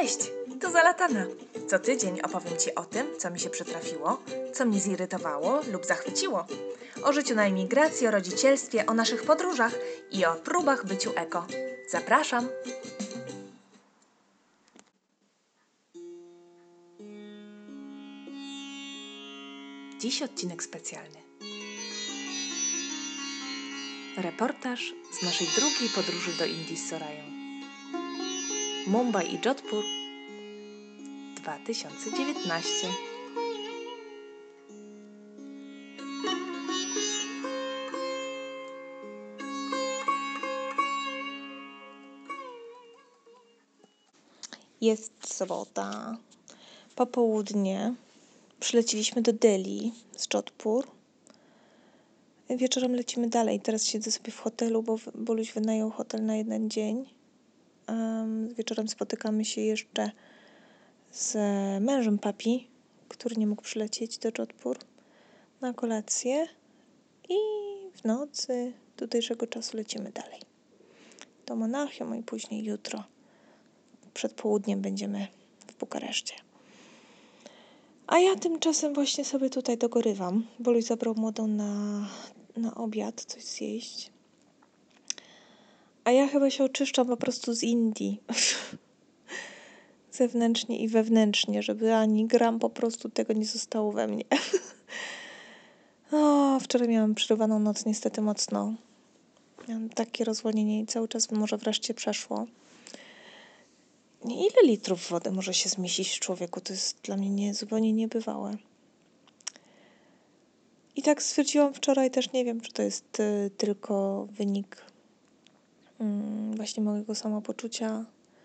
Cześć, tu Zalatana. Co tydzień opowiem Ci o tym, co mi się przytrafiło, co mnie zirytowało lub zachwyciło. O życiu na emigracji, o rodzicielstwie, o naszych podróżach i o próbach byciu eko. Zapraszam! Dziś odcinek specjalny. Reportaż z naszej drugiej podróży do Indii z Sorają. Mumbai i Jodhpur 2019. Jest sobota, popołudnie. Przyleciliśmy do Delhi z Jodhpur. Wieczorem lecimy dalej. Teraz siedzę sobie w hotelu, bo Boluś wynajął hotel na jeden dzień. Wieczorem spotykamy się jeszcze z mężem papi, który nie mógł przylecieć do Jodhpur na kolację. I w nocy tutejszego czasu lecimy dalej do Monachium i później jutro przed południem będziemy w Bukareszcie. A ja tymczasem właśnie sobie tutaj dogorywam. Boluś zabrał młodą na obiad coś zjeść. A ja chyba się oczyszczam po prostu z Indii. Zewnętrznie i wewnętrznie, żeby ani gram po prostu tego nie zostało we mnie. Wczoraj miałam przerywaną noc niestety mocno. Miałam takie rozwolnienie i cały czas może wreszcie przeszło. Ile litrów wody może się zmieścić w człowieku? To jest dla mnie zupełnie niebywałe. I tak stwierdziłam wczoraj, też nie wiem, czy to jest tylko wynik właśnie mojego samopoczucia,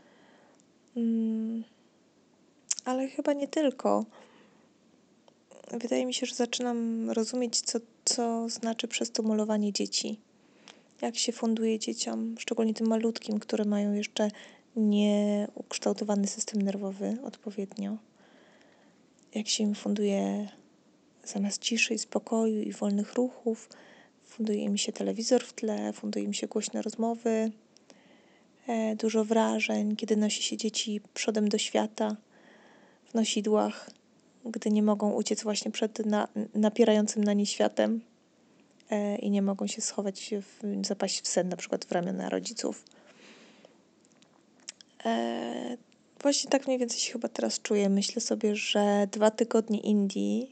ale chyba nie tylko. Wydaje mi się, że zaczynam rozumieć, co znaczy przestymulowanie dzieci. Jak się funduje dzieciom, szczególnie tym malutkim, które mają jeszcze nieukształtowany system nerwowy odpowiednio. Jak się im funduje zamiast ciszy i spokoju i wolnych ruchów, funduje im się telewizor w tle, funduje im się głośne rozmowy, dużo wrażeń, kiedy nosi się dzieci przodem do świata w nosidłach, gdy nie mogą uciec właśnie przed napierającym na nie światem i nie mogą się schować, zapaść w sen, na przykład w ramiona rodziców. Właśnie tak mniej więcej się chyba teraz czuję. Myślę sobie, że 2 tygodnie Indii,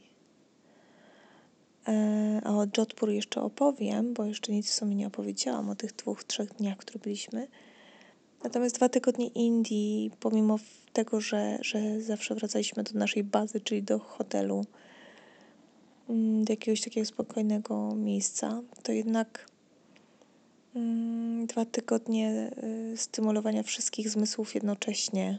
a o Jodhpur jeszcze opowiem, bo jeszcze nic w sumie nie opowiedziałam o tych 2-3 dniach, które byliśmy. Natomiast 2 tygodnie Indii, pomimo tego, że zawsze wracaliśmy do naszej bazy, czyli do hotelu, do jakiegoś takiego spokojnego miejsca, to jednak 2 tygodnie stymulowania wszystkich zmysłów jednocześnie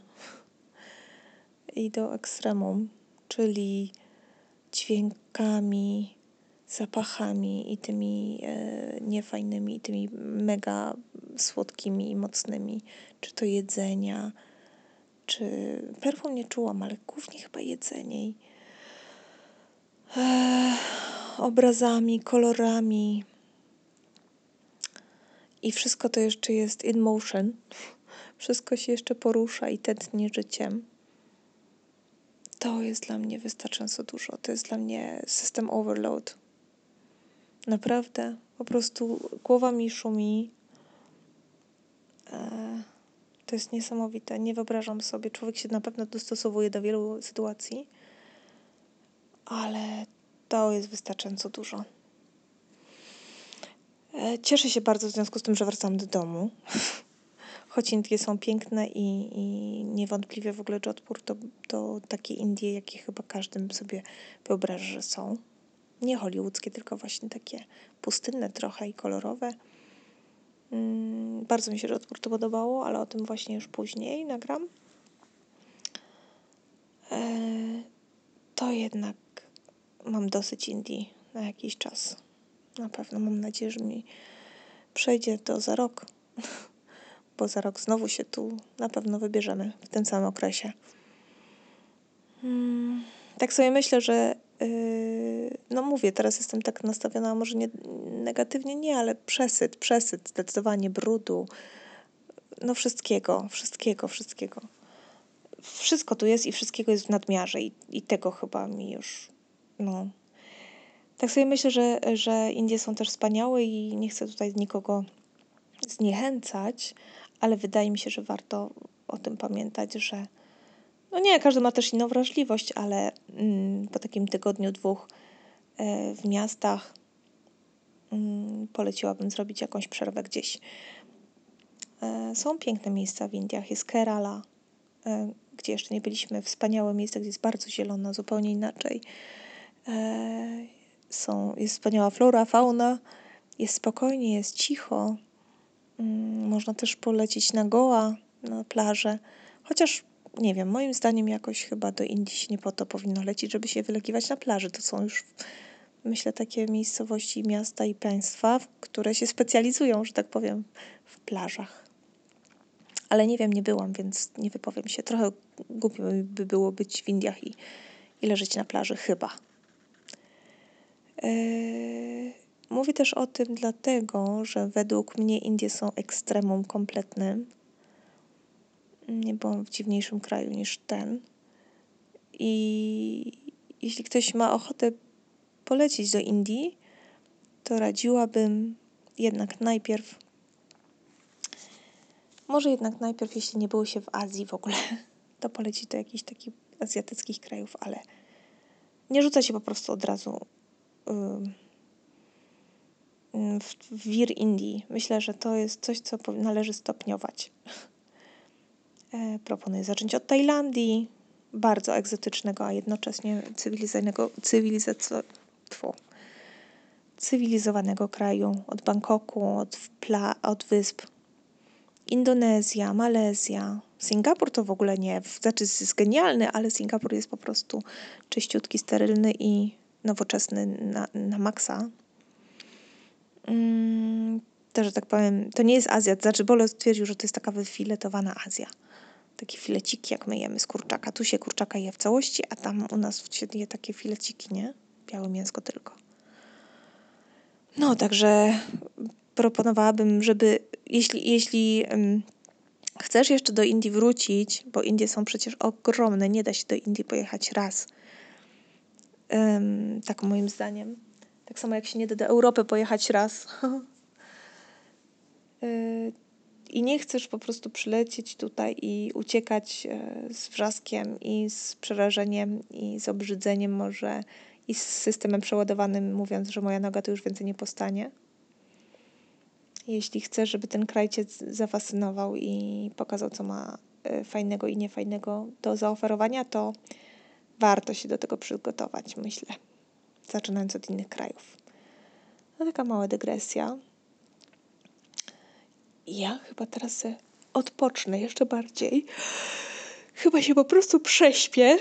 i do ekstremum, czyli dźwiękami, zapachami i tymi niefajnymi, i tymi mega słodkimi i mocnymi, czy to jedzenia, czy perfum nie czułam, ale głównie chyba jedzenie. Obrazami, kolorami i wszystko to jeszcze jest in motion. Wszystko się jeszcze porusza i tętni życiem. To jest dla mnie wystarczająco dużo. To jest dla mnie system overload. Naprawdę. Po prostu głowa mi szumi. To jest niesamowite. Nie wyobrażam sobie. Człowiek się na pewno dostosowuje do wielu sytuacji. Ale to jest wystarczająco dużo. Cieszę się bardzo w związku z tym, że wracam do domu. Choć Indie są piękne i niewątpliwie w ogóle Jodhpur to takie Indie, jakie chyba każdy sobie wyobraża, że są. Nie hollywoodzkie, tylko właśnie takie pustynne trochę i kolorowe. Bardzo mi się Jodhpur to podobało, ale o tym właśnie już później nagram. To jednak mam dosyć Indii na jakiś czas. Na pewno mam nadzieję, że mi przejdzie to za rok. Bo za rok znowu się tu na pewno wybierzemy w tym samym okresie. Tak sobie myślę, że mówię, teraz jestem tak nastawiona, może nie negatywnie, nie, ale przesyt, zdecydowanie brudu, wszystkiego. wszystko tu jest i wszystkiego jest w nadmiarze i tego chyba mi już, no. Tak sobie myślę, że Indie są też wspaniałe i nie chcę tutaj nikogo zniechęcać, ale wydaje mi się, że warto o tym pamiętać, że no nie, każdy ma też inną wrażliwość, ale po takim tygodniu, 2 w miastach poleciłabym zrobić jakąś przerwę gdzieś. Są piękne miejsca w Indiach, jest Kerala, gdzie jeszcze nie byliśmy, wspaniałe miejsce, gdzie jest bardzo zielono, zupełnie inaczej. Jest wspaniała flora, fauna, jest spokojnie, jest cicho. Można też polecieć na Goa, na plażę. Chociaż, nie wiem, moim zdaniem jakoś chyba do Indii się nie po to powinno lecieć, żeby się wylegiwać na plaży. To są już, myślę, takie miejscowości, miasta i państwa, które się specjalizują, że tak powiem, w plażach. Ale nie wiem, nie byłam, więc nie wypowiem się. Trochę głupio by było być w Indiach i leżeć na plaży, chyba. Mówię też o tym dlatego, że według mnie Indie są ekstremum kompletnym. Nie byłam w dziwniejszym kraju niż ten. I jeśli ktoś ma ochotę polecieć do Indii, to radziłabym może jednak najpierw, jeśli nie było się w Azji w ogóle, to polecić do jakichś takich azjatyckich krajów, ale nie rzuca się po prostu od razu w wir Indii. Myślę, że to jest coś, co należy stopniować. Proponuję zacząć od Tajlandii, bardzo egzotycznego, a jednocześnie cywilizowanego kraju, od Bangkoku, od wysp. Indonezja, Malezja, Singapur to w ogóle nie, jest genialny, ale Singapur jest po prostu czyściutki, sterylny i nowoczesny na maksa. Też, że tak powiem, to nie jest Azja, Bolo stwierdził, że to jest taka wyletowana Azja. Takie fileciki, jak my jemy z kurczaka. Tu się kurczaka je w całości, a tam u nas się je takie fileciki, nie? Białe mięsko tylko. No, także proponowałabym, żeby, jeśli chcesz jeszcze do Indii wrócić, bo Indie są przecież ogromne, nie da się do Indii pojechać raz. Tak moim zdaniem. Tak samo jak się nie da do Europy pojechać raz. I nie chcesz po prostu przylecieć tutaj i uciekać z wrzaskiem i z przerażeniem i z obrzydzeniem może i z systemem przeładowanym, mówiąc, że moja noga to już więcej nie powstanie. Jeśli chcesz, żeby ten kraj cię zafascynował i pokazał, co ma fajnego i niefajnego do zaoferowania, to warto się do tego przygotować, myślę. Zaczynając od innych krajów. No taka mała dygresja. Ja chyba teraz odpocznę jeszcze bardziej. Chyba się po prostu prześpię.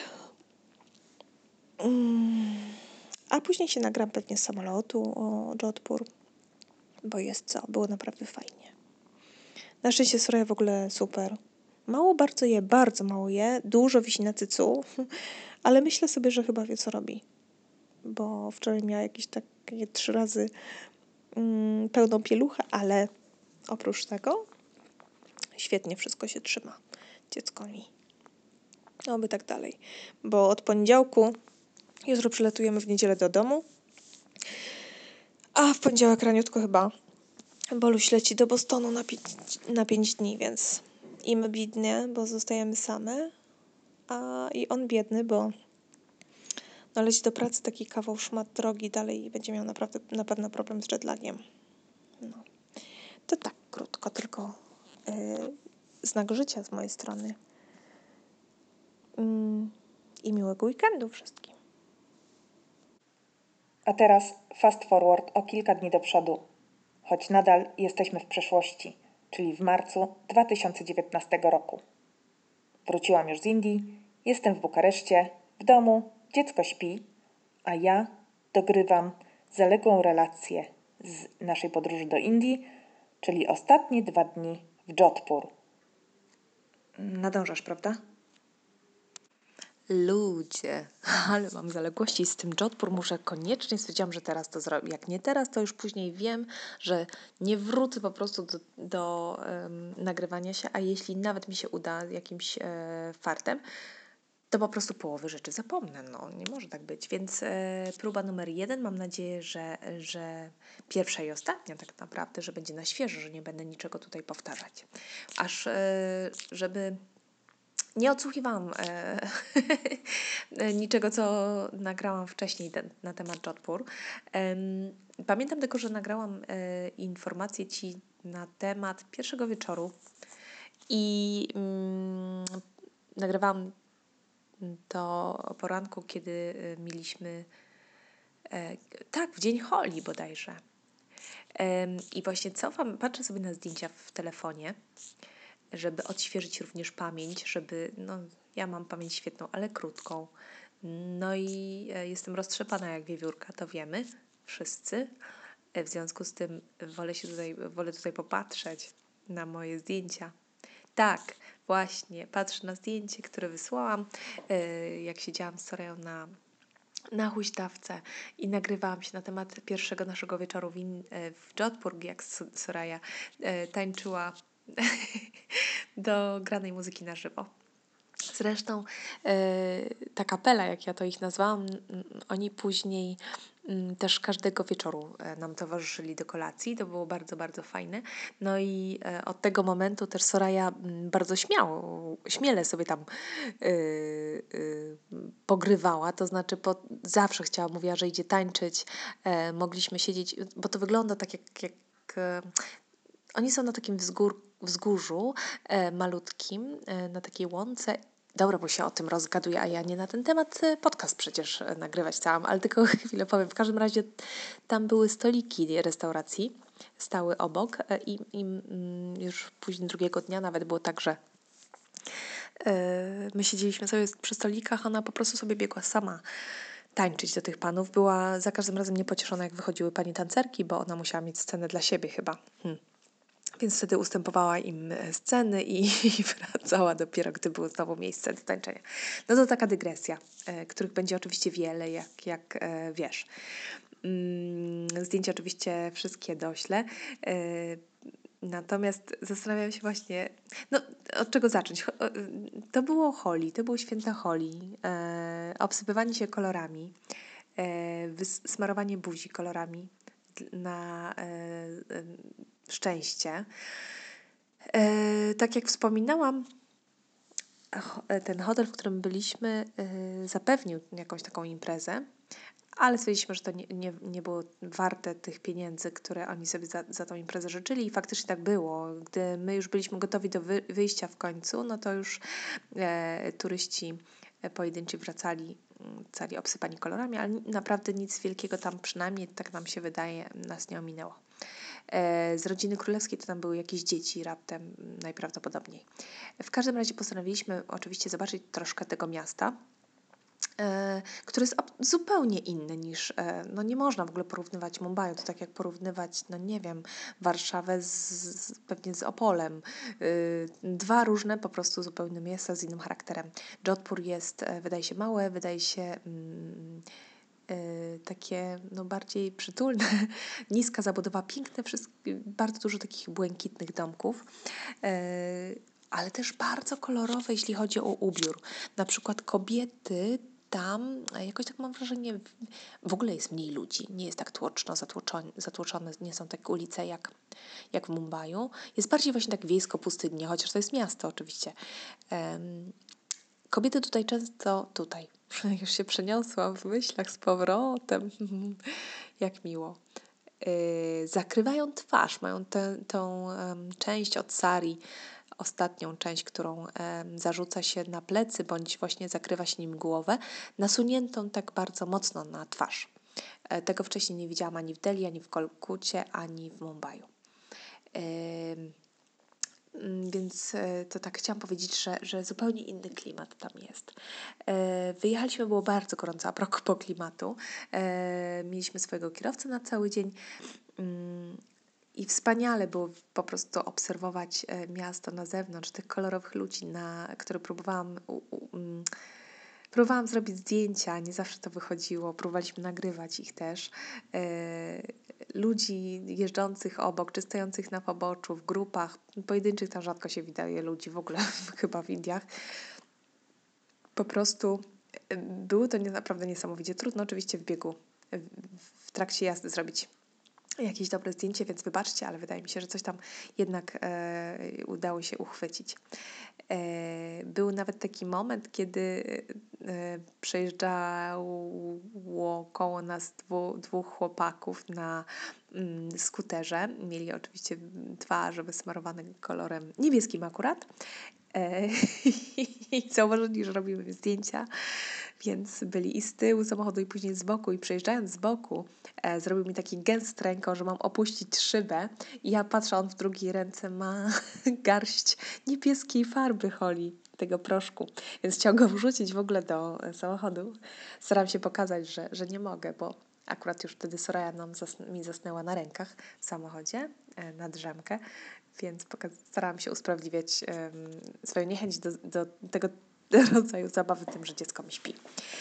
A później się nagram pewnie z samolotu o Jodhpur, bo jest co, było naprawdę fajnie. Na szczęście Soraya w ogóle super. Bardzo mało je, dużo wisi na cycu, ale myślę sobie, że chyba wie, co robi. Bo wczoraj miała jakieś takie 3 razy pełną pieluchę, ale oprócz tego świetnie wszystko się trzyma. Dziecko mi. Oby tak dalej. Bo od poniedziałku, jutro przylatujemy w niedzielę do domu, a w poniedziałek raniutko chyba Boluś leci do Bostonu na 5 dni, więc i my biednie, bo zostajemy same, i on biedny, bo leci do pracy taki kawał szmat drogi dalej i będzie miał na pewno problem z jetlagiem. No. To tak krótko, tylko znak życia z mojej strony. I miłego weekendu wszystkim. A teraz fast forward o kilka dni do przodu, choć nadal jesteśmy w przeszłości, czyli w marcu 2019 roku. Wróciłam już z Indii, jestem w Bukareszcie, w domu, dziecko śpi, a ja dogrywam zaległą relację z naszej podróży do Indii, czyli ostatnie 2 dni w Jodhpur. Nadążasz, prawda? Ludzie, ale mam zaległości z tym Jodhpur, muszę koniecznie, stwierdziłam, że teraz to zrobię. Jak nie teraz, to już później wiem, że nie wrócę po prostu do nagrywania się, a jeśli nawet mi się uda jakimś fartem, to po prostu połowy rzeczy zapomnę. No, nie może tak być. Więc próba numer 1, mam nadzieję, że pierwsza i ostatnia tak naprawdę, że będzie na świeżo, że nie będę niczego tutaj powtarzać. Aż żeby... Nie odsłuchiwałam niczego, co nagrałam wcześniej na temat Jodhpur. Pamiętam tylko, że nagrałam informację Ci na temat pierwszego wieczoru i nagrywałam to o poranku, kiedy mieliśmy w dzień Holi bodajże. I właśnie patrzę sobie na zdjęcia w telefonie, żeby odświeżyć również pamięć, ja mam pamięć świetną, ale krótką. No i jestem roztrzepana jak wiewiórka, to wiemy wszyscy. W związku z tym wolę tutaj popatrzeć na moje zdjęcia. Tak, właśnie, patrzę na zdjęcie, które wysłałam, jak siedziałam z Sorają na huśtawce i nagrywałam się na temat pierwszego naszego wieczoru w Jodhpur, jak Soraya tańczyła do granej muzyki na żywo. Zresztą ta kapela, jak ja to ich nazwałam, oni później też każdego wieczoru nam towarzyszyli do kolacji. To było bardzo, bardzo fajne. No i od tego momentu też Soraya bardzo śmiele sobie tam pogrywała. To znaczy zawsze mówiła, że idzie tańczyć. Mogliśmy siedzieć, bo to wygląda tak jak oni są na takim wzgórzu malutkim, na takiej łące. Dobra, bo się o tym rozgaduję, a ja nie na ten temat podcast przecież nagrywać chciałam, ale tylko chwilę powiem. W każdym razie tam były stoliki restauracji, stały obok i już później drugiego dnia nawet było tak, że my siedzieliśmy sobie przy stolikach, ona po prostu sobie biegła sama tańczyć do tych panów. Była za każdym razem niepocieszona, jak wychodziły pani tancerki, bo ona musiała mieć scenę dla siebie chyba. Więc wtedy ustępowała im sceny i wracała dopiero, gdy było znowu miejsce do tańczenia. No to taka dygresja, których będzie oczywiście wiele, jak wiesz. Zdjęcia oczywiście wszystkie doślę. Natomiast zastanawiam się właśnie, od czego zacząć. To było Holi, to było święta Holi, obsypywanie się kolorami, smarowanie buzi kolorami na szczęście. Tak jak wspominałam, ten hotel, w którym byliśmy, zapewnił jakąś taką imprezę, ale stwierdziliśmy, że to nie było warte tych pieniędzy, które oni sobie za tą imprezę życzyli i faktycznie tak było. Gdy my już byliśmy gotowi do wyjścia w końcu, no to już turyści pojedynczy wracali, cali obsypani kolorami, ale naprawdę nic wielkiego tam, przynajmniej tak nam się wydaje, nas nie ominęło. Z rodziny królewskiej to tam były jakieś dzieci raptem najprawdopodobniej. W każdym razie postanowiliśmy oczywiście zobaczyć troszkę tego miasta, który jest zupełnie inny niż, nie można w ogóle porównywać Mumbaiu, to tak jak porównywać, nie wiem, Warszawę pewnie z Opolem. Dwa różne po prostu zupełnie miasta z innym charakterem. Jodhpur jest, wydaje się małe, wydaje się takie bardziej przytulne, niska zabudowa, piękne, bardzo dużo takich błękitnych domków, ale też bardzo kolorowe, jeśli chodzi o ubiór. Na przykład kobiety tam, jakoś tak mam wrażenie, w ogóle jest mniej ludzi, nie jest tak tłoczno, zatłoczone, nie są takie ulice jak w Mumbaiu. Jest bardziej właśnie tak wiejsko-pustynnie, chociaż to jest miasto oczywiście. Kobiety tutaj, już się przeniosłam w myślach z powrotem, jak miło. Zakrywają twarz, mają tą część od sari, ostatnią część, którą zarzuca się na plecy, bądź właśnie zakrywa się nim głowę, nasuniętą tak bardzo mocno na twarz. Tego wcześniej nie widziałam ani w Delhi, ani w Kolkucie, ani w Mumbaiu. Więc to tak chciałam powiedzieć, że zupełnie inny klimat tam jest. Wyjechaliśmy, było bardzo gorąco a propos klimatu. Mieliśmy swojego kierowcę na cały dzień i wspaniale było po prostu obserwować miasto na zewnątrz, tych kolorowych ludzi, które próbowałam Próbowałam zrobić zdjęcia, nie zawsze to wychodziło. Próbowaliśmy nagrywać ich też. Ludzi jeżdżących obok, czy stojących na poboczu, w grupach. Pojedynczych tam rzadko się widuje ludzi w ogóle chyba w Indiach. Po prostu było to naprawdę niesamowicie trudno oczywiście w biegu, w trakcie jazdy zrobić jakieś dobre zdjęcie, więc wybaczcie, ale wydaje mi się, że coś tam jednak udało się uchwycić. Był nawet taki moment, kiedy przejeżdżało koło nas dwóch chłopaków na skuterze. Mieli oczywiście twarze wysmarowane kolorem niebieskim akurat. I zauważyli, że robimy zdjęcia, więc byli i z tyłu samochodu, i później z boku. I przejeżdżając z boku, zrobił mi taki gest ręką, że mam opuścić szybę. I ja patrzę, on w drugiej ręce ma garść niebieskiej farby Holi, tego proszku. Więc chciał go wrzucić w ogóle do samochodu. Staram się pokazać, że nie mogę, bo akurat już wtedy Soraya mi zasnęła na rękach w samochodzie na drzemkę, więc starałam się usprawiedliwiać swoją niechęć do tego rodzaju zabawy tym, że dziecko mi śpi.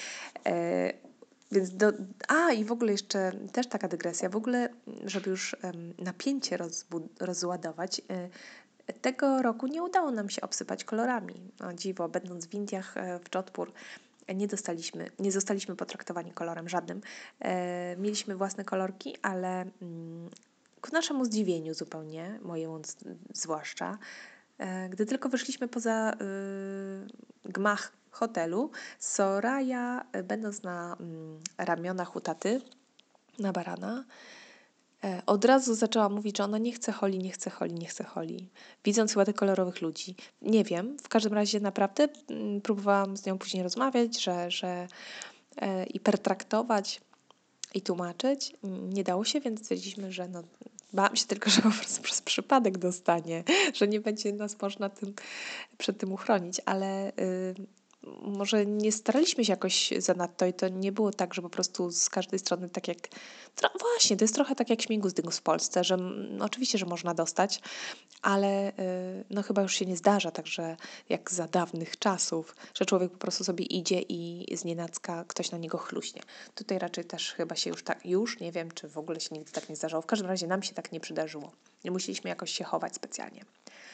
Więc i w ogóle jeszcze też taka dygresja, w ogóle, żeby już napięcie rozładować, tego roku nie udało nam się obsypać kolorami. O dziwo, będąc w Indiach, w Jodhpur, nie zostaliśmy potraktowani kolorem żadnym. Mieliśmy własne kolorki, ale ku naszemu zdziwieniu zupełnie, mojemu zwłaszcza, gdy tylko wyszliśmy poza gmach hotelu, Soraya, będąc na ramionach u taty, na barana, od razu zaczęła mówić, że ona nie chce Holi, nie chce Holi, nie chce Holi. Widząc chyba tych kolorowych ludzi. Nie wiem, w każdym razie naprawdę próbowałam z nią później rozmawiać, że i pertraktować i tłumaczyć. Nie dało się, więc stwierdziliśmy, że bałam się tylko, że po prostu przez przypadek dostanie, że nie będzie nas można przed tym uchronić, ale może nie staraliśmy się jakoś zanadto i to nie było tak, że po prostu z każdej strony tak jak... Właśnie, to jest trochę tak jak śmigus dyngus w Polsce, że oczywiście, że można dostać, ale chyba już się nie zdarza, także jak za dawnych czasów, że człowiek po prostu sobie idzie i znienacka ktoś na niego chluśnie. Tutaj raczej też chyba się już nie wiem, czy w ogóle się nigdy tak nie zdarzało. W każdym razie nam się tak nie przydarzyło. Nie musieliśmy jakoś się chować specjalnie.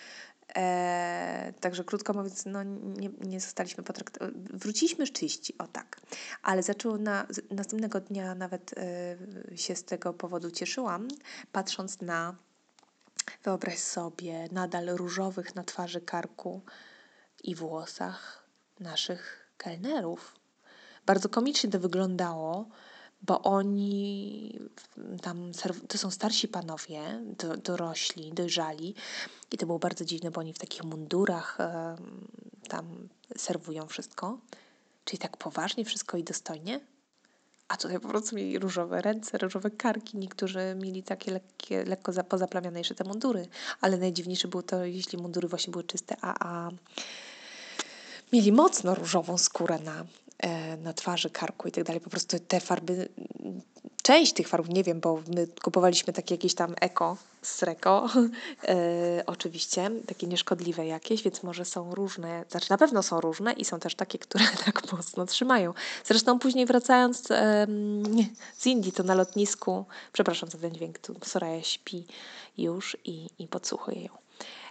Także krótko mówiąc, nie zostaliśmy potraktowani. Wróciliśmy czyści, o tak. Ale następnego dnia nawet się z tego powodu cieszyłam, patrząc na, wyobraź sobie, nadal różowych na twarzy, karku i włosach naszych kelnerów. Bardzo komicznie to wyglądało, bo oni to są starsi panowie, dorośli, dojrzali i to było bardzo dziwne, bo oni w takich mundurach tam serwują wszystko, czyli tak poważnie wszystko i dostojnie, a tutaj po prostu mieli różowe ręce, różowe karki, niektórzy mieli takie lekko pozaplamione jeszcze te mundury, ale najdziwniejsze było to, jeśli mundury właśnie były czyste, a mieli mocno różową skórę na twarzy, karku i tak dalej. Po prostu te farby, część tych farb, nie wiem, bo my kupowaliśmy takie jakieś tam eko z Reko, oczywiście, takie nieszkodliwe jakieś, więc może są różne, znaczy na pewno są różne i są też takie, które tak mocno trzymają. Zresztą później wracając z Indii, to na lotnisku, przepraszam za ten dźwięk, tu Soraya śpi już i podsłuchuję ją.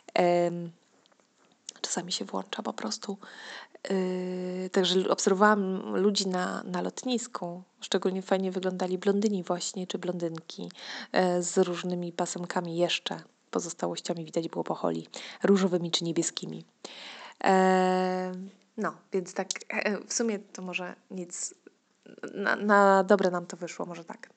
Czasami się włącza po prostu. Także obserwowałam ludzi na lotnisku. Szczególnie fajnie wyglądali blondyni właśnie, czy blondynki z różnymi pasemkami jeszcze. Pozostałościami widać było po Holi. Różowymi czy niebieskimi. Więc tak w sumie to może nic... Na dobre nam to wyszło, może tak.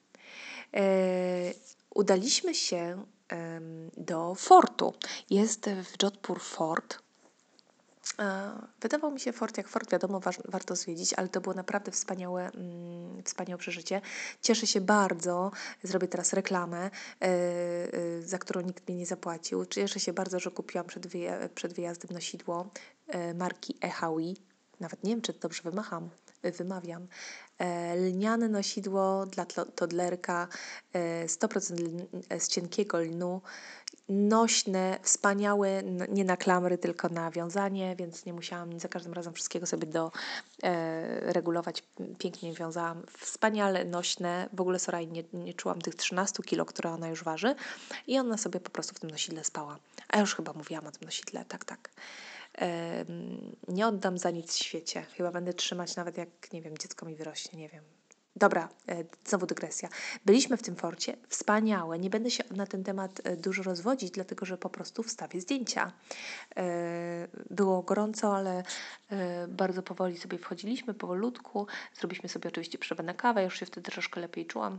Udaliśmy się do fortu. Jest w Jodhpur fort. Wydawał mi się fort jak fort, wiadomo, warto zwiedzić, ale to było naprawdę wspaniałe przeżycie. Cieszę się bardzo, zrobię teraz reklamę, za którą nikt mnie nie zapłacił. Cieszę się bardzo, że kupiłam przed wyjazdem nosidło marki Ehawi. Nawet nie wiem, czy to dobrze wymawiam. Lniane nosidło dla toddlerka, 100% z cienkiego lnu. nośne, wspaniałe, nie na klamry, tylko na wiązanie, więc nie musiałam za każdym razem wszystkiego sobie regulować. Pięknie wiązałam. Wspaniale nośne. W ogóle Sorai nie czułam tych 13 kilo, które ona już waży i ona sobie po prostu w tym nosidle spała. A ja już chyba mówiłam o tym nosidle, tak. Nie oddam za nic w świecie. Chyba będę trzymać nawet jak, nie wiem, dziecko mi wyrośnie, nie wiem. Dobra, znowu dygresja. Byliśmy w tym forcie, wspaniałe. Nie będę się na ten temat dużo rozwodzić, dlatego że po prostu wstawię zdjęcia. Było gorąco, ale bardzo powoli sobie wchodziliśmy, powolutku. Zrobiliśmy sobie oczywiście przerwę na kawę, już się wtedy troszkę lepiej czułam.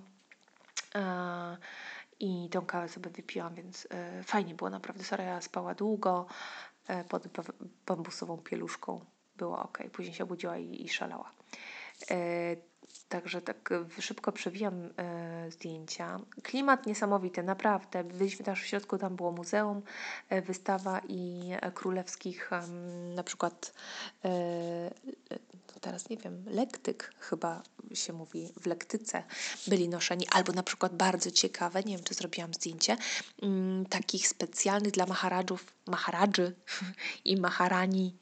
I tą kawę sobie wypiłam, więc fajnie było naprawdę. Soraya spała długo pod bambusową pieluszką. Było ok. Później się obudziła i szalała. Także tak szybko przewijam zdjęcia. Klimat niesamowity, naprawdę. Byliśmy też w środku, tam było muzeum, wystawa i królewskich na przykład teraz nie wiem, lektyk chyba się mówi, w lektyce byli noszeni, albo na przykład bardzo ciekawe, nie wiem czy zrobiłam zdjęcie, takich specjalnych dla maharadży i maharani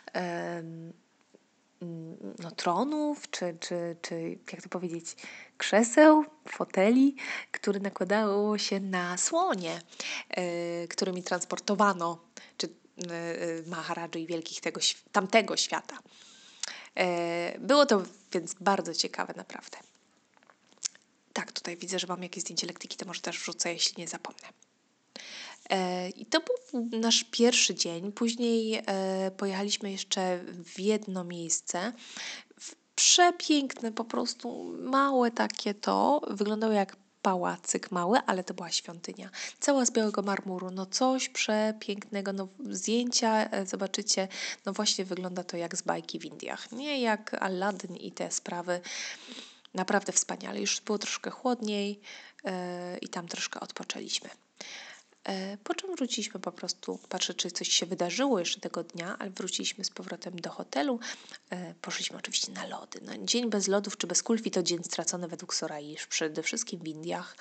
tronów, czy jak to powiedzieć, krzeseł, foteli, które nakładało się na słonie, którymi transportowano, czy maharadży i wielkich tamtego świata. Było to więc bardzo ciekawe naprawdę. Tak, tutaj widzę, że mam jakieś zdjęcie lektyki, to może też wrzucę, jeśli nie zapomnę. I to był nasz pierwszy dzień. Później pojechaliśmy jeszcze w jedno miejsce. Przepiękne, po prostu małe takie to. Wyglądało jak pałacyk mały, ale to była świątynia. Cała z białego marmuru. No coś przepięknego. No zdjęcia zobaczycie. No właśnie wygląda to jak z bajki w Indiach. Nie jak Aladdin i te sprawy. Naprawdę wspaniale. Już było troszkę chłodniej i tam troszkę odpoczęliśmy. Po czym wróciliśmy po prostu, patrzę, czy coś się wydarzyło jeszcze tego dnia, ale wróciliśmy z powrotem do hotelu. Poszliśmy oczywiście na lody. No, dzień bez lodów czy bez kulfi to dzień stracony według Sorai, przede wszystkim w Indiach.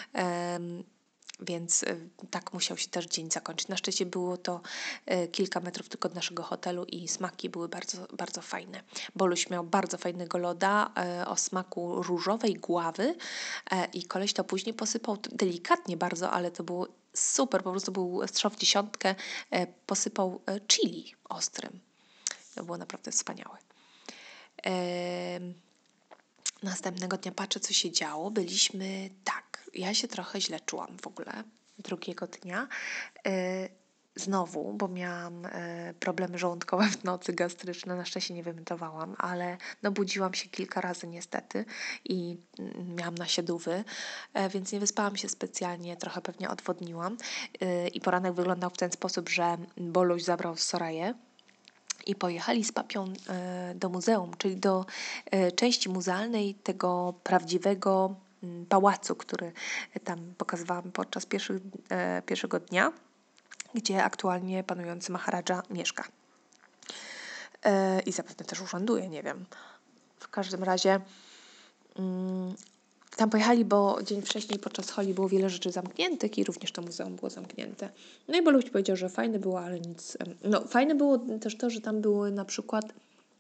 Więc tak musiał się też dzień zakończyć. Na szczęście było to kilka metrów tylko od naszego hotelu i smaki były bardzo, bardzo fajne. Boluś miał bardzo fajnego loda o smaku różowej gławy i koleś to później posypał delikatnie bardzo, ale to było super, po prostu był strzał w dziesiątkę, posypał chili ostrym. To było naprawdę wspaniałe. Następnego dnia patrzę, co się działo. Byliśmy, ja się trochę źle czułam w ogóle drugiego dnia. Znowu, bo miałam problemy żołądkowe w nocy, gastryczne. Na szczęście nie wymytowałam, ale no budziłam się kilka razy niestety i miałam nasiadówy, więc nie wyspałam się specjalnie, trochę pewnie odwodniłam. I poranek wyglądał w ten sposób, że Boluś zabrał Soraję i pojechali z papią do muzeum, czyli do części muzealnej tego prawdziwego pałacu, który tam pokazywałam podczas pierwszego dnia, gdzie aktualnie panujący Maharadża mieszka. I zapewne też urzęduje, nie wiem. W każdym razie tam pojechali, bo dzień wcześniej podczas holi było wiele rzeczy zamkniętych i również to muzeum było zamknięte. No i Boluś powiedział, że fajne było, ale nic. No fajne było też to, że tam były na przykład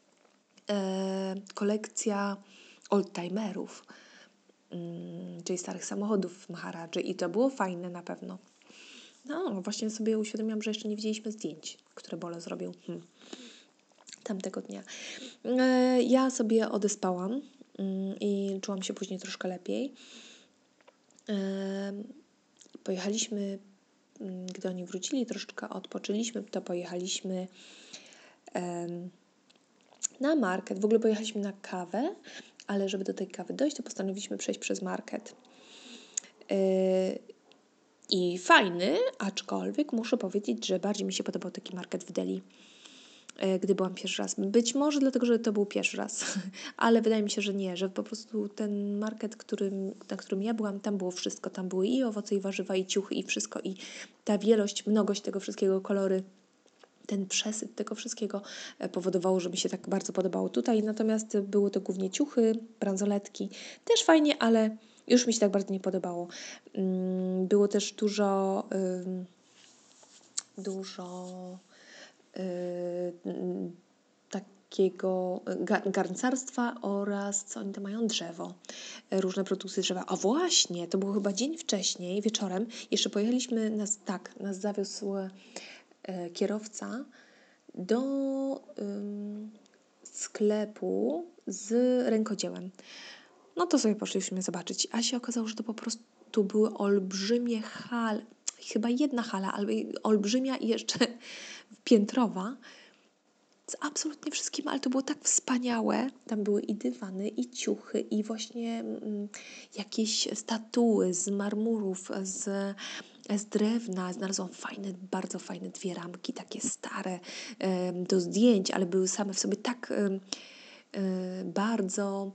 kolekcja oldtimerów, czyli starych samochodów Maharadży i to było fajne na pewno. No właśnie sobie uświadomiłam, że jeszcze nie widzieliśmy zdjęć, które Bolo zrobił tamtego dnia. Ja sobie odespałam i czułam się później troszkę lepiej. Pojechaliśmy, gdy oni wrócili, troszeczkę odpoczęliśmy, to pojechaliśmy na market. W ogóle pojechaliśmy na kawę, ale żeby do tej kawy dojść, to postanowiliśmy przejść przez market. I fajny, aczkolwiek muszę powiedzieć, że bardziej mi się podobał taki market w Delhi, gdy byłam pierwszy raz. Być może dlatego, że to był pierwszy raz, ale wydaje mi się, że nie, że po prostu ten market, na którym ja byłam, tam było wszystko. Tam były i owoce, i warzywa, i ciuchy, i wszystko. I ta wielość, mnogość tego wszystkiego, kolory, ten przesyt tego wszystkiego powodowało, że mi się tak bardzo podobało tutaj. Natomiast były to głównie ciuchy, bransoletki. Też fajnie, ale już mi się tak bardzo nie podobało. Było też dużo dużo takiego garncarstwa oraz co oni tam mają? Drzewo. Różne produkty drzewa. A właśnie, to było chyba dzień wcześniej, wieczorem. Jeszcze pojechaliśmy, nas zawiózł kierowca do sklepu z rękodziełem. No to sobie poszliśmy zobaczyć. A się okazało, że to po prostu były olbrzymie hale. Chyba jedna hala, ale olbrzymia i jeszcze piętrowa. Z absolutnie wszystkim, ale to było tak wspaniałe. Tam były i dywany, i ciuchy, i właśnie jakieś statuły z marmurów, z drewna. Znalazłam bardzo fajne 2 ramki, takie stare, do zdjęć, ale były same w sobie tak bardzo...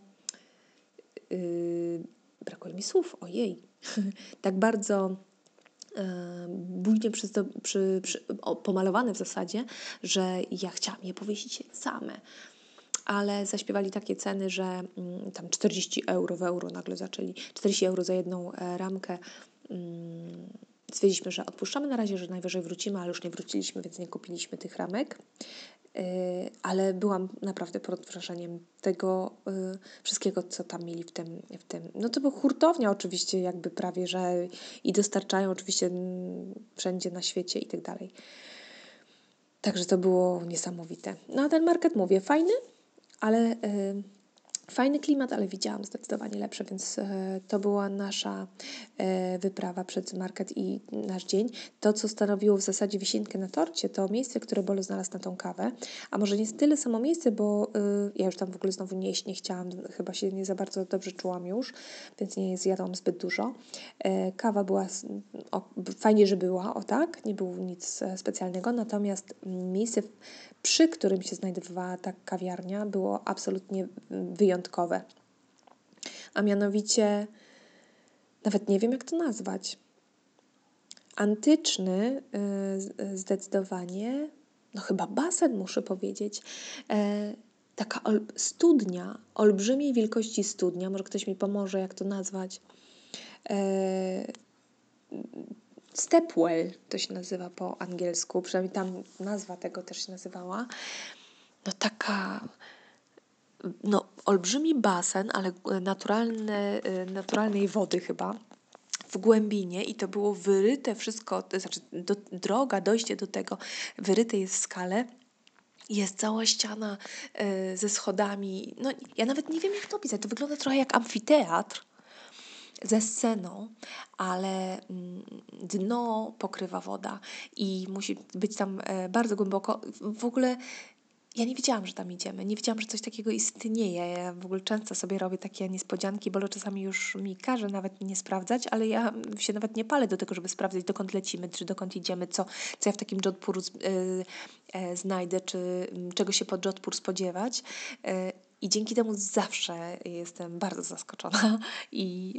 brakuje mi słów, ojej. Tak bardzo bujnie pomalowane w zasadzie, że ja chciałam je powiesić same. Ale zaśpiewali takie ceny, że tam 40 euro w euro nagle zaczęli. 40 euro za jedną ramkę. Stwierdziliśmy, że odpuszczamy na razie, że najwyżej wrócimy, ale już nie wróciliśmy, więc nie kupiliśmy tych ramek. Ale byłam naprawdę pod wrażeniem tego wszystkiego, co tam mieli w tym. No to była hurtownia oczywiście, jakby prawie, że i dostarczają oczywiście wszędzie na świecie i tak dalej. Także to było niesamowite. No a ten market, mówię, fajny, ale fajny klimat, ale widziałam zdecydowanie lepsze, więc to była nasza wyprawa przed market i nasz dzień. To, co stanowiło w zasadzie wisienkę na torcie, to miejsce, które Bolo znalazł na tą kawę. A może nie tyle samo miejsce, bo ja już tam w ogóle znowu nie chciałam, chyba się nie za bardzo dobrze czułam już, więc nie zjadłam zbyt dużo. Kawa była, fajnie, że była, tak, nie było nic specjalnego, natomiast miejsce, przy którym się znajdowała ta kawiarnia, było absolutnie wyjątkowe. A mianowicie, nawet nie wiem, jak to nazwać. Antyczny zdecydowanie, no chyba basen muszę powiedzieć. Taka studnia, olbrzymiej wielkości studnia, może ktoś mi pomoże, jak to nazwać. Stepwell to się nazywa po angielsku, przynajmniej tam nazwa tego też się nazywała. No taka... No, olbrzymi basen, ale naturalnej wody chyba, w głębinie i to było wyryte wszystko, to znaczy droga, dojście do tego wyryte jest w skale. Jest cała ściana ze schodami. No, ja nawet nie wiem, jak to opisać. To wygląda trochę jak amfiteatr ze sceną, ale dno pokrywa woda i musi być tam bardzo głęboko. W ogóle ja nie wiedziałam, że tam idziemy. Nie wiedziałam, że coś takiego istnieje. Ja w ogóle często sobie robię takie niespodzianki, bo czasami już mi każe nawet nie sprawdzać, ale ja się nawet nie palę do tego, żeby sprawdzać, dokąd lecimy, czy dokąd idziemy, co ja w takim Jodhpuru znajdę, czy czego się po Jodhpur spodziewać. I dzięki temu zawsze jestem bardzo zaskoczona i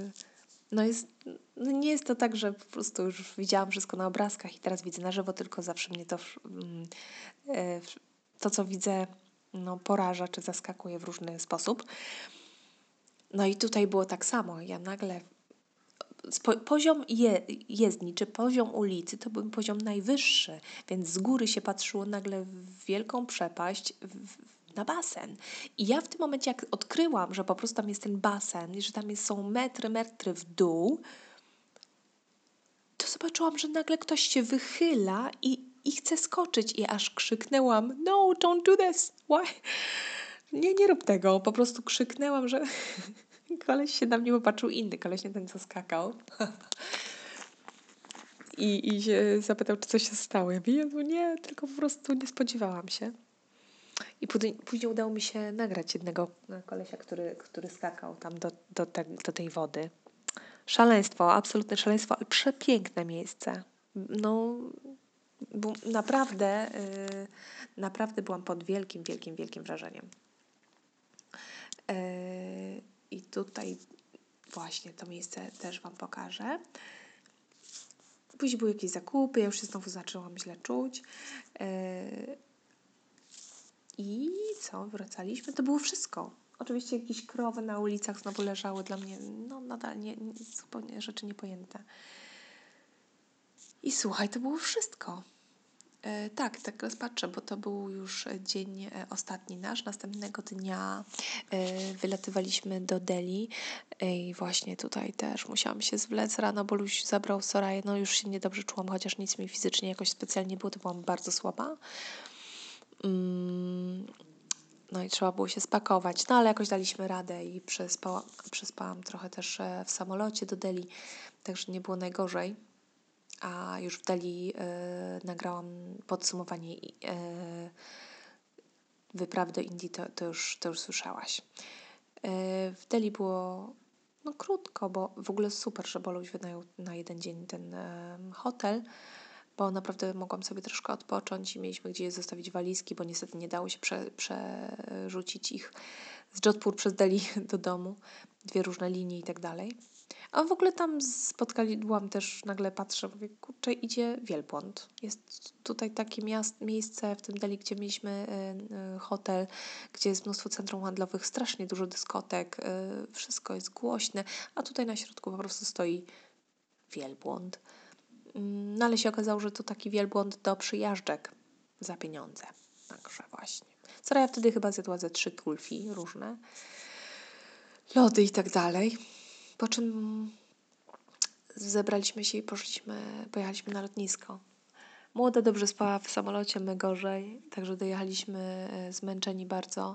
nie jest to tak, że po prostu już widziałam wszystko na obrazkach i teraz widzę na żywo, tylko zawsze mnie to, co widzę, poraża czy zaskakuje w różny sposób. No i tutaj było tak samo. Ja nagle... Poziom jezdni czy poziom ulicy to był poziom najwyższy, więc z góry się patrzyło nagle w wielką przepaść na basen. I ja w tym momencie, jak odkryłam, że po prostu tam jest ten basen i że tam są metry w dół, to zobaczyłam, że nagle ktoś się wychyla i chce skoczyć. I aż krzyknęłam: "No, don't do this! Why?" Nie rób tego. Po prostu krzyknęłam, że koleś się na mnie popatrzył, inny koleś, nie ten, co skakał. I się zapytał, czy coś się stało. Ja mówię: "Jezu, nie, tylko po prostu nie spodziewałam się." I później udało mi się nagrać jednego kolesia, który skakał tam do tej wody. Szaleństwo, absolutne szaleństwo, ale przepiękne miejsce. No, naprawdę byłam pod wielkim wrażeniem. I tutaj właśnie to miejsce też Wam pokażę. Później były jakieś zakupy, ja już się znowu zaczęłam źle czuć. I co? Wracaliśmy. To było wszystko. Oczywiście jakieś krowy na ulicach znowu leżały, dla mnie nadal zupełnie rzeczy niepojęte. I słuchaj, to było wszystko. Tak teraz patrzę, bo to był już dzień ostatni nasz. Następnego dnia wylatywaliśmy do Delhi i właśnie tutaj też musiałam się zwlec rano, bo Luś zabrał Soraję. No już się niedobrze czułam, chociaż nic mi fizycznie jakoś specjalnie było, to byłam bardzo słaba. No i trzeba było się spakować, no ale jakoś daliśmy radę i przespałam trochę też w samolocie do Delhi, także nie było najgorzej. A już w Delhi nagrałam podsumowanie wyprawy do Indii, to już słyszałaś. W Delhi było krótko, bo w ogóle super, że Boluś wynajął na jeden dzień ten hotel, bo naprawdę mogłam sobie troszkę odpocząć i mieliśmy gdzie zostawić walizki, bo niestety nie dało się przerzucić ich z Jodhpur przez Delhi do domu. 2 różne linie i tak dalej. A w ogóle tam byłam też, nagle patrzę, mówię, kurczę, idzie wielbłąd. Jest tutaj takie miejsce w tym Delhi, gdzie mieliśmy hotel, gdzie jest mnóstwo centrum handlowych, strasznie dużo dyskotek, wszystko jest głośne, a tutaj na środku po prostu stoi wielbłąd. No ale się okazało, że to taki wielbłąd do przyjażdżek za pieniądze. Także właśnie. Soraya wtedy chyba zjadła ze 3 kulfi różne, lody i tak dalej. Po czym zebraliśmy się i pojechaliśmy na lotnisko. Młoda dobrze spała w samolocie, my gorzej, także dojechaliśmy zmęczeni bardzo.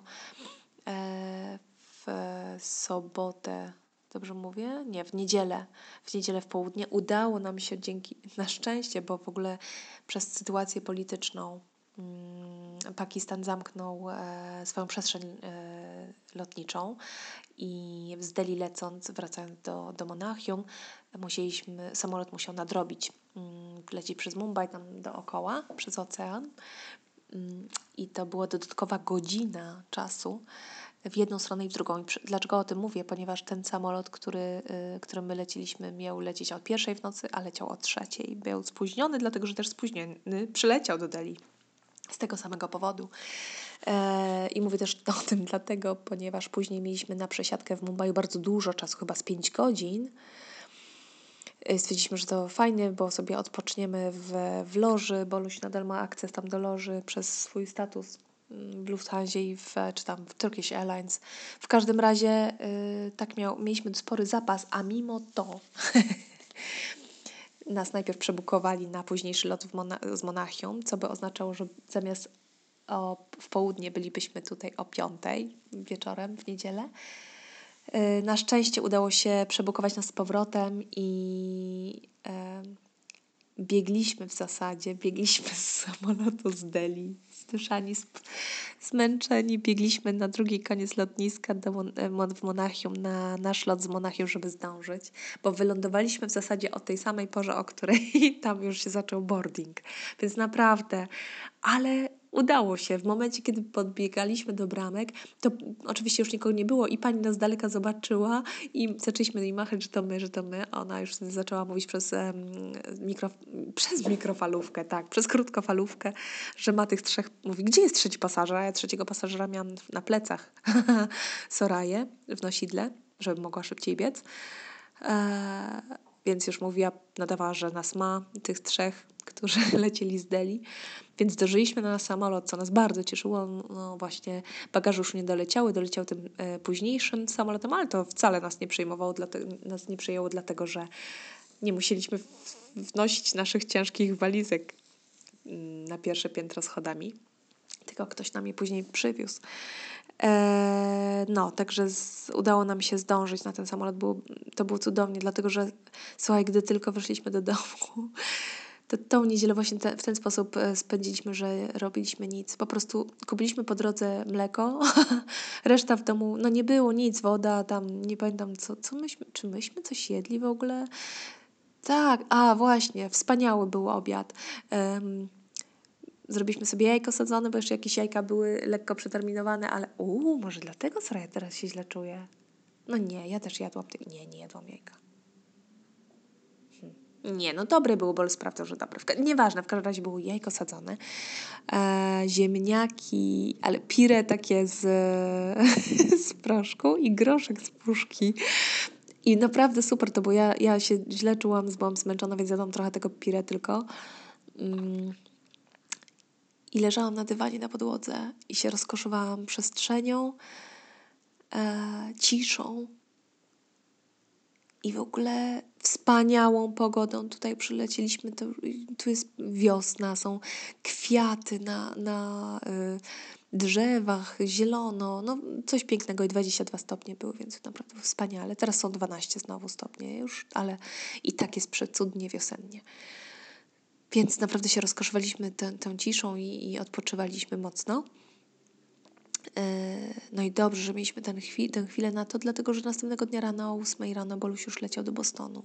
W sobotę, dobrze mówię? Nie, w niedzielę. W niedzielę w południe udało nam się na szczęście, bo w ogóle przez sytuację polityczną Pakistan zamknął swoją przestrzeń lotniczą i z Delhi lecąc, wracając do Monachium, samolot musiał nadrobić, lecieć przez Mumbai tam dookoła, przez ocean i to była dodatkowa godzina czasu w jedną stronę i w drugą. Dlaczego o tym mówię? Ponieważ ten samolot, którym my leciliśmy, miał lecieć o 1:00 w nocy, a leciał o 3:00. Był spóźniony, dlatego że też spóźniony przyleciał do Delhi z tego samego powodu. I mówię też o tym dlatego, ponieważ później mieliśmy na przesiadkę w Mumbai bardzo dużo czasu, chyba z 5 godzin. Stwierdziliśmy, że to fajnie, bo sobie odpoczniemy w loży, bo Luś nadal ma akces tam do loży przez swój status w Lufthansie czy tam w Turkish Airlines. W każdym razie mieliśmy spory zapas, a mimo to nas najpierw przebukowali na późniejszy lot z Monachium, co by oznaczało, że zamiast w południe bylibyśmy tutaj o 5:00 wieczorem w niedzielę. Na szczęście udało się przebukować nas z powrotem i biegliśmy z samolotu z Delhi, zdyszani, zmęczeni, biegliśmy na drugi koniec lotniska w Monachium, na nasz lot z Monachium, żeby zdążyć, bo wylądowaliśmy w zasadzie o tej samej porze, o której tam już się zaczął boarding, więc naprawdę, ale udało się. W momencie, kiedy podbiegaliśmy do bramek, to oczywiście już nikogo nie było i pani nas z daleka zobaczyła i zaczęliśmy jej machać, że to my. Ona już wtedy zaczęła mówić przez mikrofalówkę, tak, przez krótkofalówkę, że ma tych 3. Mówi, gdzie jest 3. pasażer? A ja 3. pasażera miałam na plecach Soraję w nosidle, żeby mogła szybciej biec. Więc już nadawała, że nas ma, tych 3, którzy lecieli z Delhi. Więc dożyliśmy na samolot, co nas bardzo cieszyło. No właśnie bagaże już nie doleciał tym późniejszym samolotem, ale to wcale nas nie przejęło, dlatego że nie musieliśmy wnosić naszych ciężkich walizek na pierwsze piętro schodami, tylko ktoś nam je później przywiózł. Także udało nam się zdążyć na ten samolot. To było cudownie, dlatego że słuchaj, gdy tylko weszliśmy do domu, to tą niedzielę właśnie w ten sposób spędziliśmy, że robiliśmy nic. Po prostu kupiliśmy po drodze mleko, reszta w domu, nie było nic, woda, tam nie pamiętam czy myśmy coś jedli w ogóle? Tak, właśnie, wspaniały był obiad. Zrobiliśmy sobie jajko sadzone, bo jeszcze jakieś jajka były lekko przeterminowane, ale może dlatego Soraya teraz się źle czuje. No nie, ja też jadłam. Nie jadłam jajka. Nie, dobre było, bo sprawdzał, że dobre. Nieważne, w każdym razie było jajko sadzone, ziemniaki, ale pire takie z proszku i groszek z puszki. I naprawdę super to, bo ja się źle czułam, byłam zmęczona, więc jadłam trochę tego pire tylko. I leżałam na dywanie na podłodze i się rozkoszowałam przestrzenią, ciszą i w ogóle wspaniałą pogodą. Tutaj przylecieliśmy, tu jest wiosna, są kwiaty na drzewach, zielono, no coś pięknego i 22 stopnie były, więc naprawdę wspaniale. Teraz są 12 znowu stopnie już, ale i tak jest przecudnie wiosennie. Więc naprawdę się rozkoszowaliśmy tą ciszą i odpoczywaliśmy mocno. No i dobrze, że mieliśmy tę chwilę na to, dlatego że następnego dnia rano o 8 rano Boluś już leciał do Bostonu.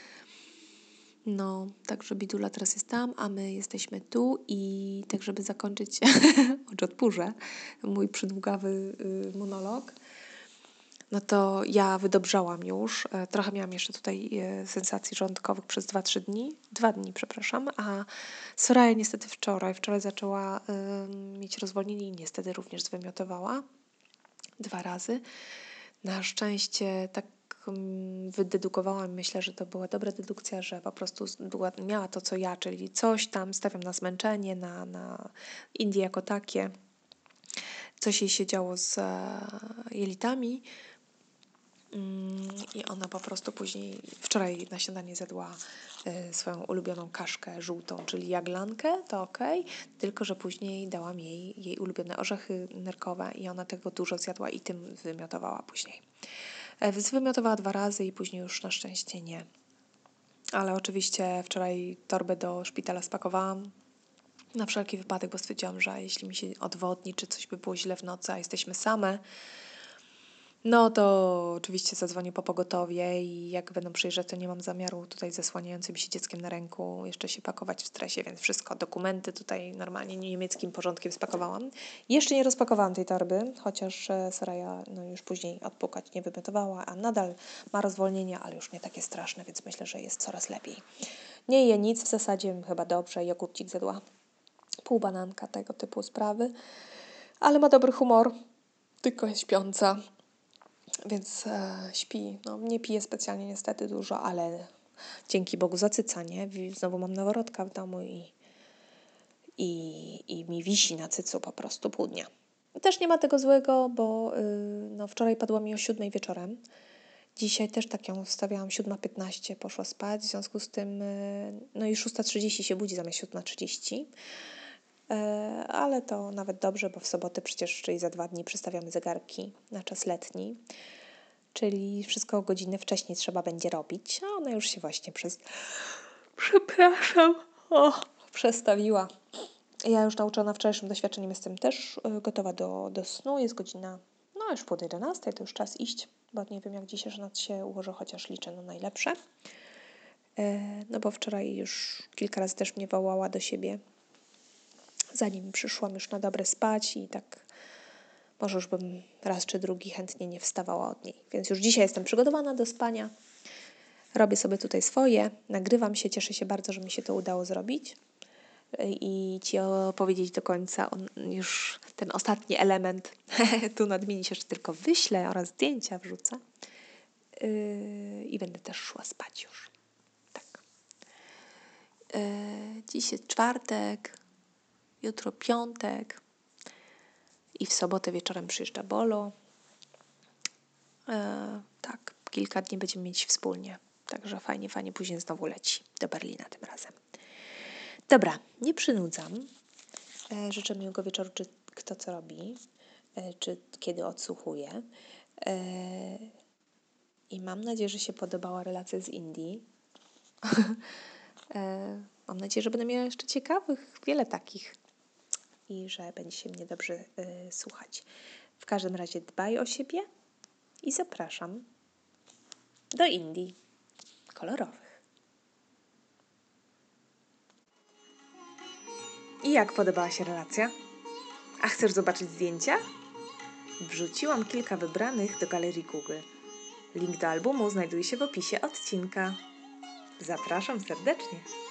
No, także Bidula teraz jest tam, a my jesteśmy tu i tak, żeby zakończyć, choć odpurzę, mój przydługawy monolog, no to ja wydobrzałam już. Trochę miałam jeszcze tutaj sensacji żołądkowych przez 2-3 dni. 2 dni, przepraszam. A Soraya niestety wczoraj zaczęła mieć rozwolnienie i niestety również zwymiotowała 2 razy. Na szczęście tak wydedukowałam. Myślę, że to była dobra dedukcja, że po prostu miała to, co ja, czyli coś tam stawiam na zmęczenie, na Indie jako takie. Coś jej się działo z jelitami. I ona po prostu później, wczoraj na śniadanie zjadła swoją ulubioną kaszkę żółtą, czyli jaglankę, to okej, tylko że później dałam jej ulubione orzechy nerkowe i ona tego dużo zjadła i tym wymiotowała później. Wymiotowała 2 razy i później już na szczęście nie. Ale oczywiście wczoraj torbę do szpitala spakowałam na wszelki wypadek, bo stwierdziłam, że jeśli mi się odwodni, czy coś by było źle w nocy, a jesteśmy same, no to oczywiście zadzwonię po pogotowie i jak będą przyjeżdżać, to nie mam zamiaru tutaj zasłaniającym się dzieckiem na ręku jeszcze się pakować w stresie, więc wszystko, dokumenty tutaj normalnie niemieckim porządkiem spakowałam. Jeszcze nie rozpakowałam tej torby, chociaż Soraya już później odpukać nie wymiotowała, a nadal ma rozwolnienie, ale już nie takie straszne, więc myślę, że jest coraz lepiej. Nie je nic, w zasadzie chyba dobrze, jogurcik zjadła, pół bananka, tego typu sprawy, ale ma dobry humor, tylko jest śpiąca. Więc śpi. No, nie pije specjalnie niestety dużo, ale dzięki Bogu zacyca, nie? Znowu mam noworodka w domu i mi wisi na cycu po prostu pół dnia. Też nie ma tego złego, bo wczoraj padła mi o 7 wieczorem. Dzisiaj też tak ją wstawiałam, 7:15 poszła spać, w związku z tym i 6:30 się budzi zamiast 7:30. Ale to nawet dobrze, bo w sobotę przecież, czyli za 2 dni przestawiamy zegarki na czas letni. Czyli wszystko o godzinę wcześniej trzeba będzie robić, a ona już się właśnie przestawiła. Ja już nauczona wczorajszym doświadczeniem jestem też gotowa do snu. Jest godzina, już po 11, to już czas iść, bo nie wiem jak dzisiaj że noc się ułoży, chociaż liczę na najlepsze. Bo wczoraj już kilka razy też mnie wołała do siebie, zanim przyszłam już na dobre spać i tak może już bym raz czy drugi chętnie nie wstawała od niej. Więc już dzisiaj jestem przygotowana do spania. Robię sobie tutaj swoje, nagrywam się, cieszę się bardzo, że mi się to udało zrobić i Ci opowiedzieć do końca już ten ostatni element. Tu nadmienić jeszcze tylko wyślę oraz zdjęcia wrzucę i będę też szła spać już. Tak. Dziś jest czwartek, jutro piątek i w sobotę wieczorem przyjeżdża Bolo. Tak, kilka dni będziemy mieć wspólnie. Także fajnie, później znowu leci do Berlina tym razem. Dobra, nie przynudzam. Życzę miłego wieczoru, czy kto co robi, czy kiedy odsłuchuje. I mam nadzieję, że się podobała relacja z Indii. Mam nadzieję, że będę miała jeszcze ciekawych, wiele takich i że będzie się mnie dobrze słuchać. W każdym razie dbaj o siebie i zapraszam do Indii kolorowych. I jak podobała się relacja? A chcesz zobaczyć zdjęcia? Wrzuciłam kilka wybranych do galerii Google. Link do albumu znajduje się w opisie odcinka. Zapraszam serdecznie.